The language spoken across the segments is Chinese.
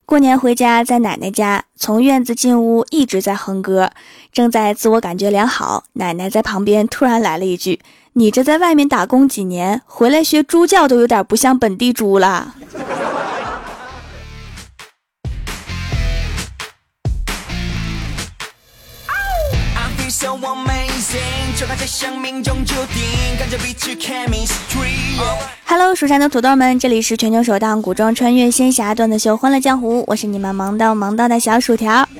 过年回家，在奶奶家，从院子进屋一直在哼歌，正在自我感觉良好，奶奶在旁边突然来了一句：“你这在外面打工几年，回来学猪叫都有点不像本地猪了。”Hello， 蜀山的土豆们，这里是全球首档古装穿越仙侠段子秀《欢乐江湖》，我是你们萌到的小薯条。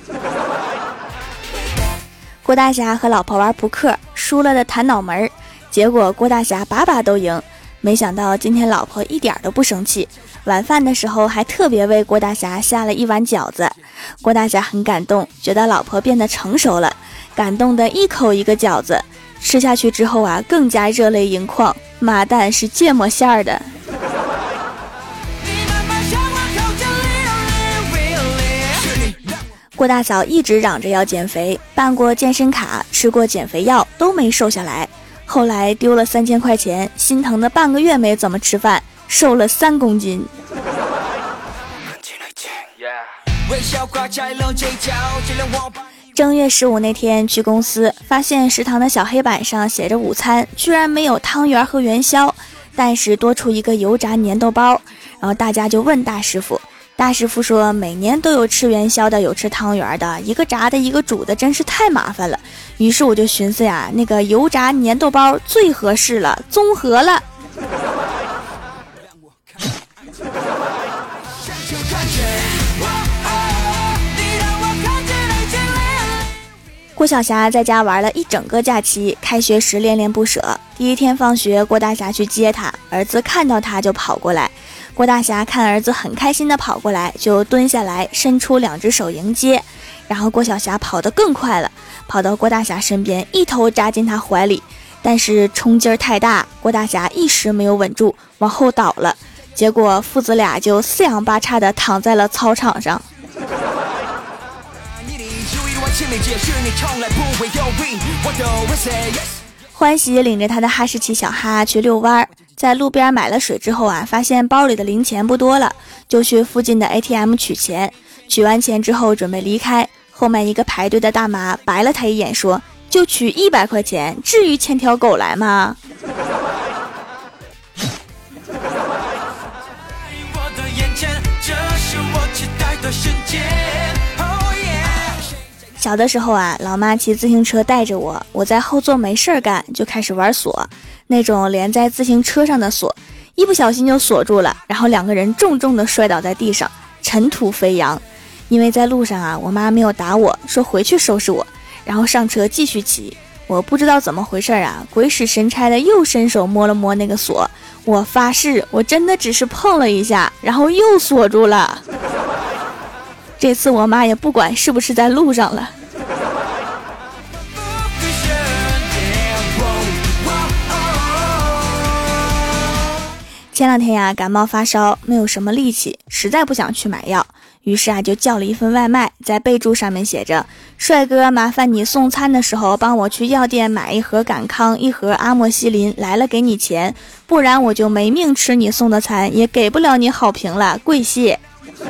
郭大侠和老婆玩扑克，输了的弹脑门，结果郭大侠把把都赢。没想到今天老婆一点都不生气，晚饭的时候还特别为郭大侠下了一碗饺子。郭大侠很感动，觉得老婆变得成熟了，感动的一口一个饺子，吃下去之后啊，更加热泪盈眶。妈蛋是芥末馅儿的。郭大嫂一直嚷着要减肥，办过健身卡，吃过减肥药，都没瘦下来。后来丢了3000块钱，心疼的半个月没怎么吃饭，瘦了3公斤。正月15那天去公司，发现食堂的小黑板上写着午餐，居然没有汤圆和元宵，但是多出一个油炸粘豆包。然后大家就问大师傅，大师傅说每年都有吃元宵的，有吃汤圆的，一个炸的一个煮的，真是太麻烦了。于是我就寻思呀，那个油炸粘豆包最合适了，综合了。郭晓霞在家玩了一整个假期，开学时恋恋不舍。第一天放学，郭大侠去接他，儿子看到他就跑过来。郭大侠看儿子很开心的跑过来，就蹲下来伸出2只手迎接。然后郭晓霞跑得更快了，跑到郭大侠身边，一头扎进他怀里。但是冲劲儿太大，郭大侠一时没有稳住，往后倒了。结果父子俩就四仰八叉的躺在了操场上。欢喜领着他的哈士奇小哈去遛弯，在路边买了水之后啊，发现包里的零钱不多了，就去附近的 ATM 取钱。取完钱之后准备离开，后面一个排队的大妈白了他一眼说，就取100块钱，至于牵条狗来吗？小的时候啊，老妈骑自行车带着我，我在后座没事干，就开始玩锁，那种连在自行车上的锁，一不小心就锁住了，然后2个人重重的摔倒在地上，尘土飞扬。因为在路上啊，我妈没有打我，说回去收拾我，然后上车继续骑。我不知道怎么回事啊，鬼使神差的又伸手摸了摸那个锁，我发誓我真的只是碰了一下，然后又锁住了。这次我妈也不管是不是在路上了。前2天呀，感冒发烧，没有什么力气，实在不想去买药，于是啊就叫了一份外卖，在备注上面写着，帅哥麻烦你送餐的时候帮我去药店买1盒感康1盒阿莫西林，来了给你钱，不然我就没命吃你送的餐，也给不了你好评了，跪谢。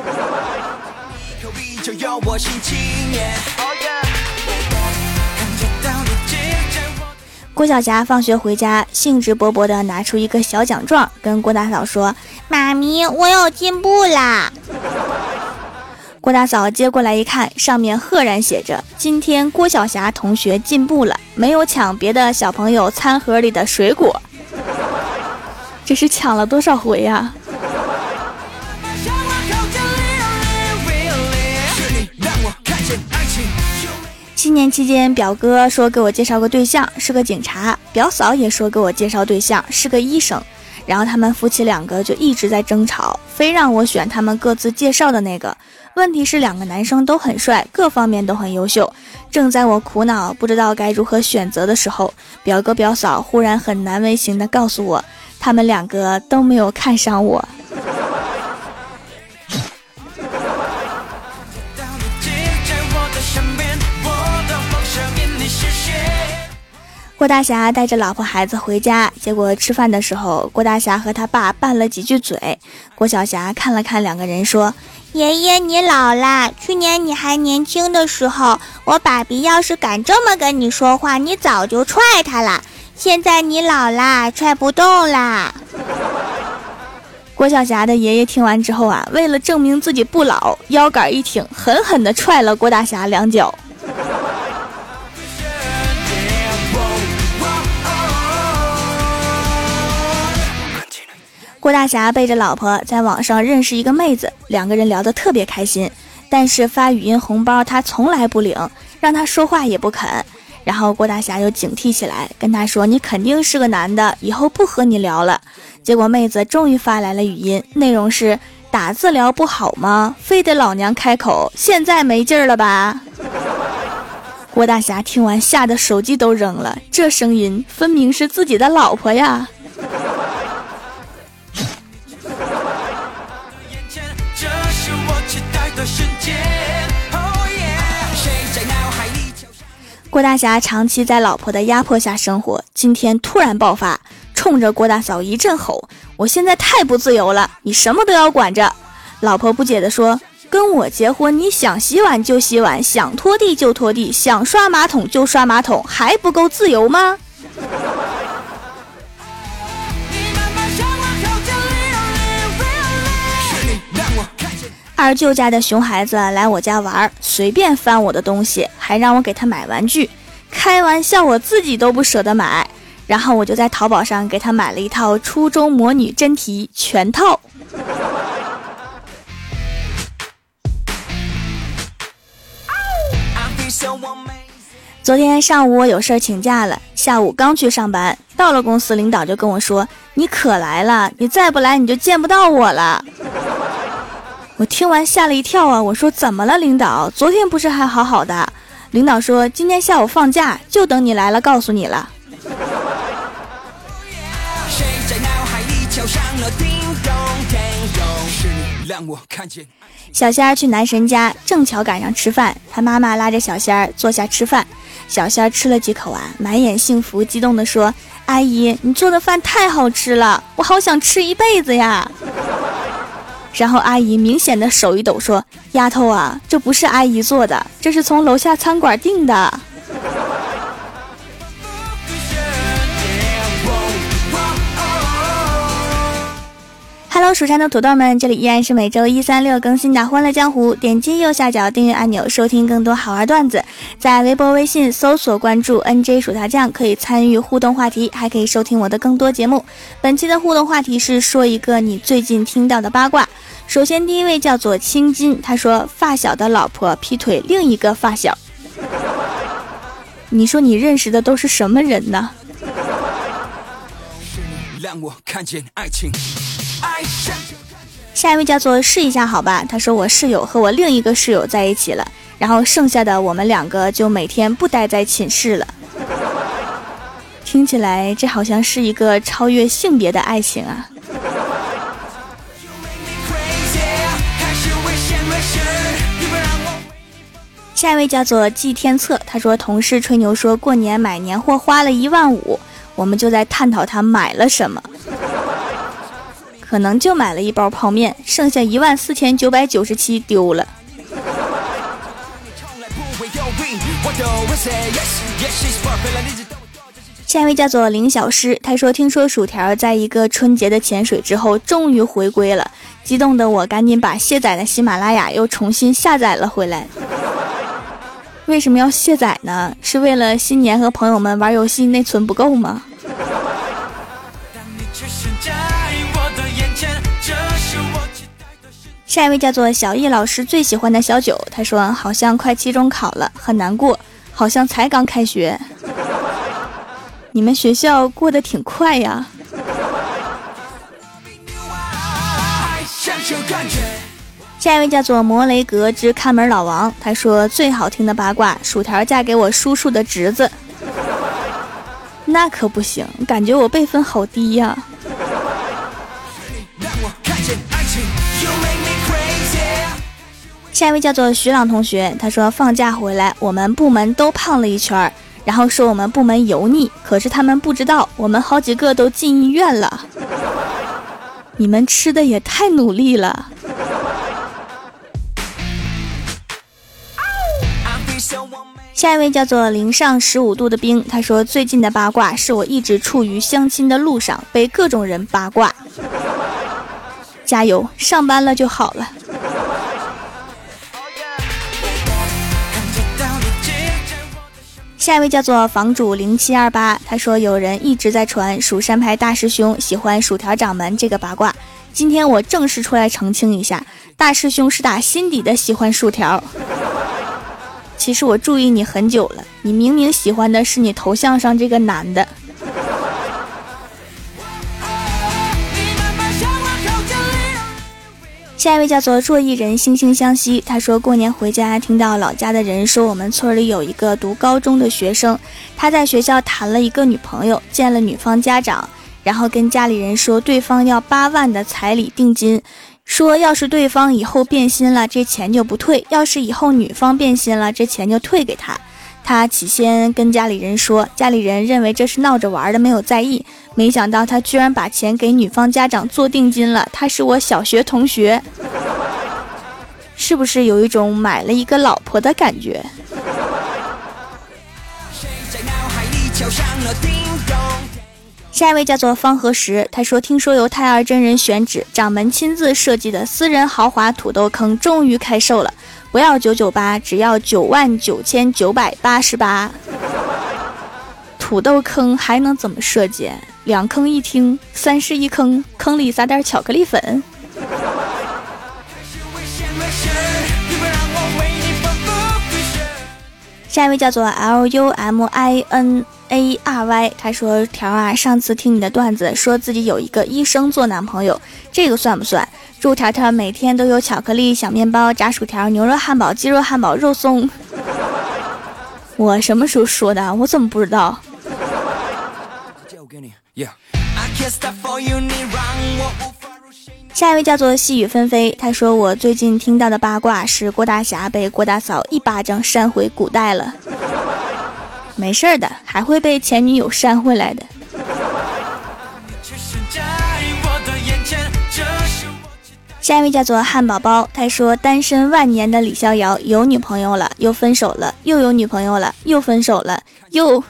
郭晓霞放学回家，兴致勃勃地拿出一个小奖状，跟郭大嫂说，妈咪，我有进步啦。郭大嫂接过来一看，上面赫然写着，今天郭晓霞同学进步了，没有抢别的小朋友餐盒里的水果。这是抢了多少回呀？7年期间，表哥说给我介绍个对象，是个警察，表嫂也说给我介绍对象，是个医生。然后他们夫妻2个就一直在争吵，非让我选他们各自介绍的那个。问题是2个男生都很帅，各方面都很优秀。正在我苦恼不知道该如何选择的时候，表哥表嫂忽然很难为情地告诉我，他们2个都没有看上我。 郭大侠带着老婆孩子回家，结果吃饭的时候，郭大侠和他爸拌了几句嘴。郭小霞看了看两个人说，爷爷你老了，去年你还年轻的时候，我爸比要是敢这么跟你说话，你早就踹他了，现在你老啦，踹不动啦。郭小霞的爷爷听完之后啊，为了证明自己不老，腰杆一挺，狠狠地踹了郭大侠2脚。郭大侠背着老婆在网上认识一个妹子，两个人聊得特别开心，但是发语音红包他从来不领，让他说话也不肯。然后郭大侠又警惕起来，跟他说，你肯定是个男的，以后不和你聊了。结果妹子终于发来了语音，内容是，打字聊不好吗？非得老娘开口，现在没劲儿了吧？郭大侠听完吓得手机都扔了，这声音分明是自己的老婆呀。郭大侠长期在老婆的压迫下生活，今天突然爆发，冲着郭大嫂一阵吼，我现在太不自由了，你什么都要管着。老婆不解地说，跟我结婚，你想洗碗就洗碗，想拖地就拖地，想刷马桶就刷马桶，还不够自由吗？二舅家的熊孩子来我家玩，随便翻我的东西，还让我给他买玩具。开玩笑，我自己都不舍得买。然后我就在淘宝上给他买了一套初中魔女真题全套。昨天上午我有事请假了，下午刚去上班，到了公司领导就跟我说，你可来了，你再不来你就见不到我了。我听完吓了一跳啊！我说怎么了领导？昨天不是还好好的？领导说今天下午放假，就等你来了告诉你了。小仙儿去男神家，正巧赶上吃饭，他妈妈拉着小仙儿坐下吃饭。小仙儿吃了几口啊，满眼幸福，激动地说，阿姨你做的饭太好吃了，我好想吃一辈子呀。然后阿姨明显的手一抖说，丫头啊，这不是阿姨做的，这是从楼下餐馆订的。Hello， 蜀山的土豆们，这里依然是每周1、3、6更新的欢乐江湖。点击右下角订阅按钮，收听更多好玩段子。在微博、微信搜索关注 NJ 薯条酱，可以参与互动话题，还可以收听我的更多节目。本期的互动话题是说一个你最近听到的八卦。首先第一位叫做青金，他说发小的老婆劈腿另一个发小。你说你认识的都是什么人呢？让我看见爱情。下一位叫做试一下好吧，他说我室友和我另一个室友在一起了，然后剩下的我们2个就每天不待在寝室了。听起来这好像是一个超越性别的爱情啊。下一位叫做季天策，他说同事吹牛说过年买年货花了15000，我们就在探讨他买了什么。可能就买了一包泡面，剩下14997丢了。下一位叫做林小诗，他说听说薯条在一个春节的潜水之后终于回归了，激动的我赶紧把卸载的喜马拉雅又重新下载了回来。为什么要卸载呢？是为了新年和朋友们玩游戏内存不够吗？下一位叫做小易老师最喜欢的小九，他说好像快期中考了，很难过，好像才刚开学。你们学校过得挺快呀。下一位叫做摩雷格之看门老王，他说最好听的八卦，薯条嫁给我叔叔的侄子。那可不行，感觉我辈分好低呀。下一位叫做徐朗同学，他说放假回来我们部门都胖了一圈， 然后说我们部门油腻，可是他们不知道我们好几个都进医院了。你们吃的也太努力了。下一位叫做零上15度的冰，他说最近的八卦是我一直处于相亲的路上，被各种人八卦。加油，上班了就好了。下一位叫做房主0728，他说有人一直在传蜀山派大师兄喜欢薯条掌门这个八卦，今天我正式出来澄清一下，大师兄是打心底的喜欢薯条。其实我注意你很久了，你明明喜欢的是你头像上这个男的。下一位叫做若一人惺惺相惜，他说过年回家听到老家的人说我们村里有一个读高中的学生，他在学校谈了一个女朋友，见了女方家长，然后跟家里人说对方要8万的彩礼定金，说要是对方以后变心了这钱就不退，要是以后女方变心了这钱就退给他。他起先跟家里人说，家里人认为这是闹着玩的，没有在意，没想到他居然把钱给女方家长做定金了，他是我小学同学。是不是有一种买了一个老婆的感觉？下一位叫做方和石，他说听说由太二真人选址掌门亲自设计的私人豪华土豆坑终于开售了，不要998，只要99988。土豆坑还能怎么设计？2坑1厅，3室1坑，坑里撒点巧克力粉。下一位叫做 LUMINARY， 他说条啊，上次听你的段子说自己有一个医生做男朋友，这个算不算？祝条条每天都有巧克力、小面包、炸薯条、牛肉汉堡、鸡肉汉堡、肉松。我什么时候说的？我怎么不知道？下一位叫做细雨纷飞，他说我最近听到的八卦是郭大侠被郭大嫂一巴掌扇回古代了。没事的，还会被前女友扇回来的。下一位叫做汉堡包，他说单身万年的李逍遥有女朋友了，又分手了，又有女朋友了，又分手了，又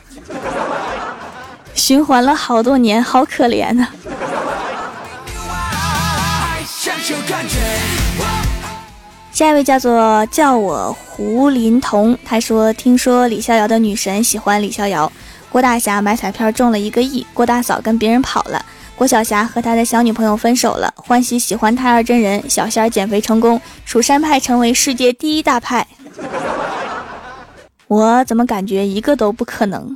循环了好多年，好可怜啊。下一位叫做叫我胡林彤，他说听说李逍遥的女神喜欢李逍遥，郭大侠买彩票中了1个亿，郭大嫂跟别人跑了，郭晓霞和他的小女朋友分手了，欢喜喜欢太二真人，小仙儿减肥成功，蜀山派成为世界第1大派。我怎么感觉一个都不可能？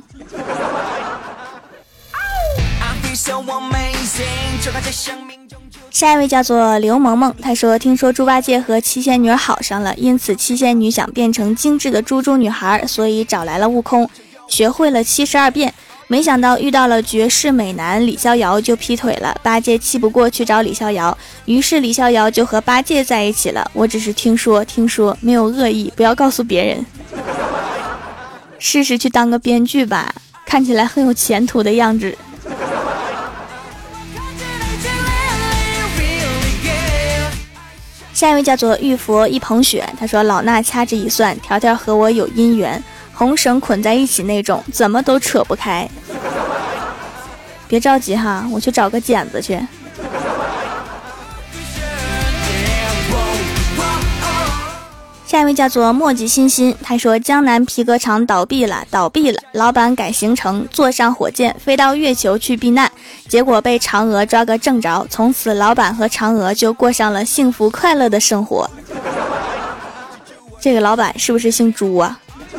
下一位叫做刘萌萌，他说听说猪八戒和七仙女好上了，因此七仙女想变成精致的猪猪女孩，所以找来了悟空，学会了72变，没想到遇到了绝世美男李逍遥就劈腿了，八戒气不过去找李逍遥，于是李逍遥就和八戒在一起了。我只是听说没有恶意，不要告诉别人。试试去当个编剧吧，看起来很有前途的样子。下一位叫做玉佛一捧雪，他说老衲掐指一算，条条和我有姻缘，红绳捆在一起那种，怎么都扯不开。别着急哈，我去找个剪子去。下一位叫做墨迹欣欣，他说江南皮革厂倒闭了，老板改行程，坐上火箭飞到月球去避难，结果被嫦娥抓个正着，从此老板和嫦娥就过上了幸福快乐的生活。这个老板是不是姓朱啊？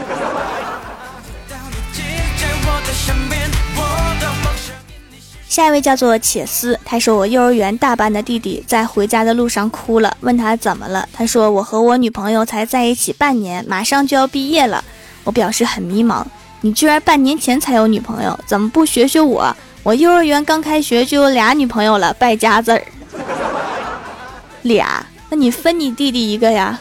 下一位叫做且思，他说我幼儿园大班的弟弟在回家的路上哭了，问他怎么了，他说我和我女朋友才在一起半年，马上就要毕业了。我表示很迷茫，你居然半年前才有女朋友，怎么不学学我？我幼儿园刚开学就有2女朋友了，败家子儿。俩？那你分你弟弟一个呀。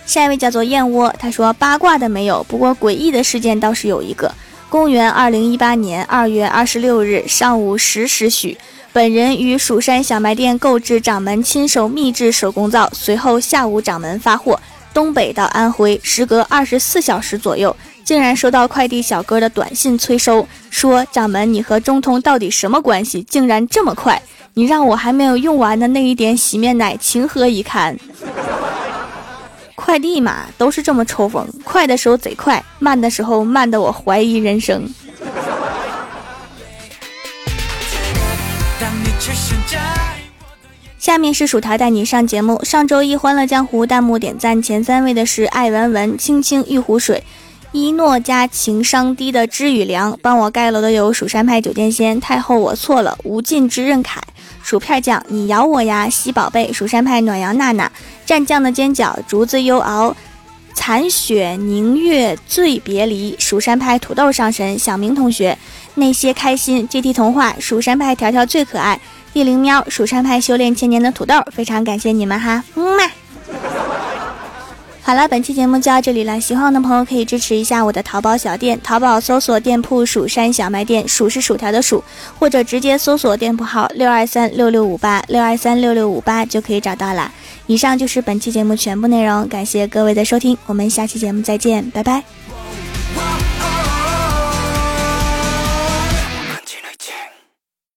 下一位叫做燕窝，他说八卦的没有，不过诡异的事件倒是有一个。公元2018年2月26日上午10时许，本人于蜀山小卖店购置掌门亲手秘制手工皂，随后下午掌门发货，东北到安徽，时隔24小时左右，竟然收到快递小哥的短信催收，说掌门你和中通到底什么关系，竟然这么快，你让我还没有用完的那一点洗面奶情何以堪。快递嘛都是这么抽风，快的时候贼快，慢的时候慢得我怀疑人生。下面是薯条带你上节目。上周一欢乐江湖弹幕点赞前3位的是爱文文、青青玉湖水、一诺加情商低的知与良，帮我盖楼的有蜀山派九剑仙、太后我错了、无尽之刃凯、薯片酱你咬我呀、喜宝贝、蜀山派暖阳娜娜、蘸酱的尖角、竹子优熬、残雪凝月醉别离、蜀山派土豆上神、小明同学、那些开心、GT 童话、蜀山派条条最可爱、地灵喵、蜀山派修炼千年的土豆，非常感谢你们哈，好了，本期节目就到这里了，喜欢我的朋友可以支持一下我的淘宝小店，淘宝搜索店铺蜀山小卖店，蜀是薯条的蜀，或者直接搜索店铺号6236658，6236658就可以找到了。以上就是本期节目全部内容，感谢各位的收听，我们下期节目再见，拜拜。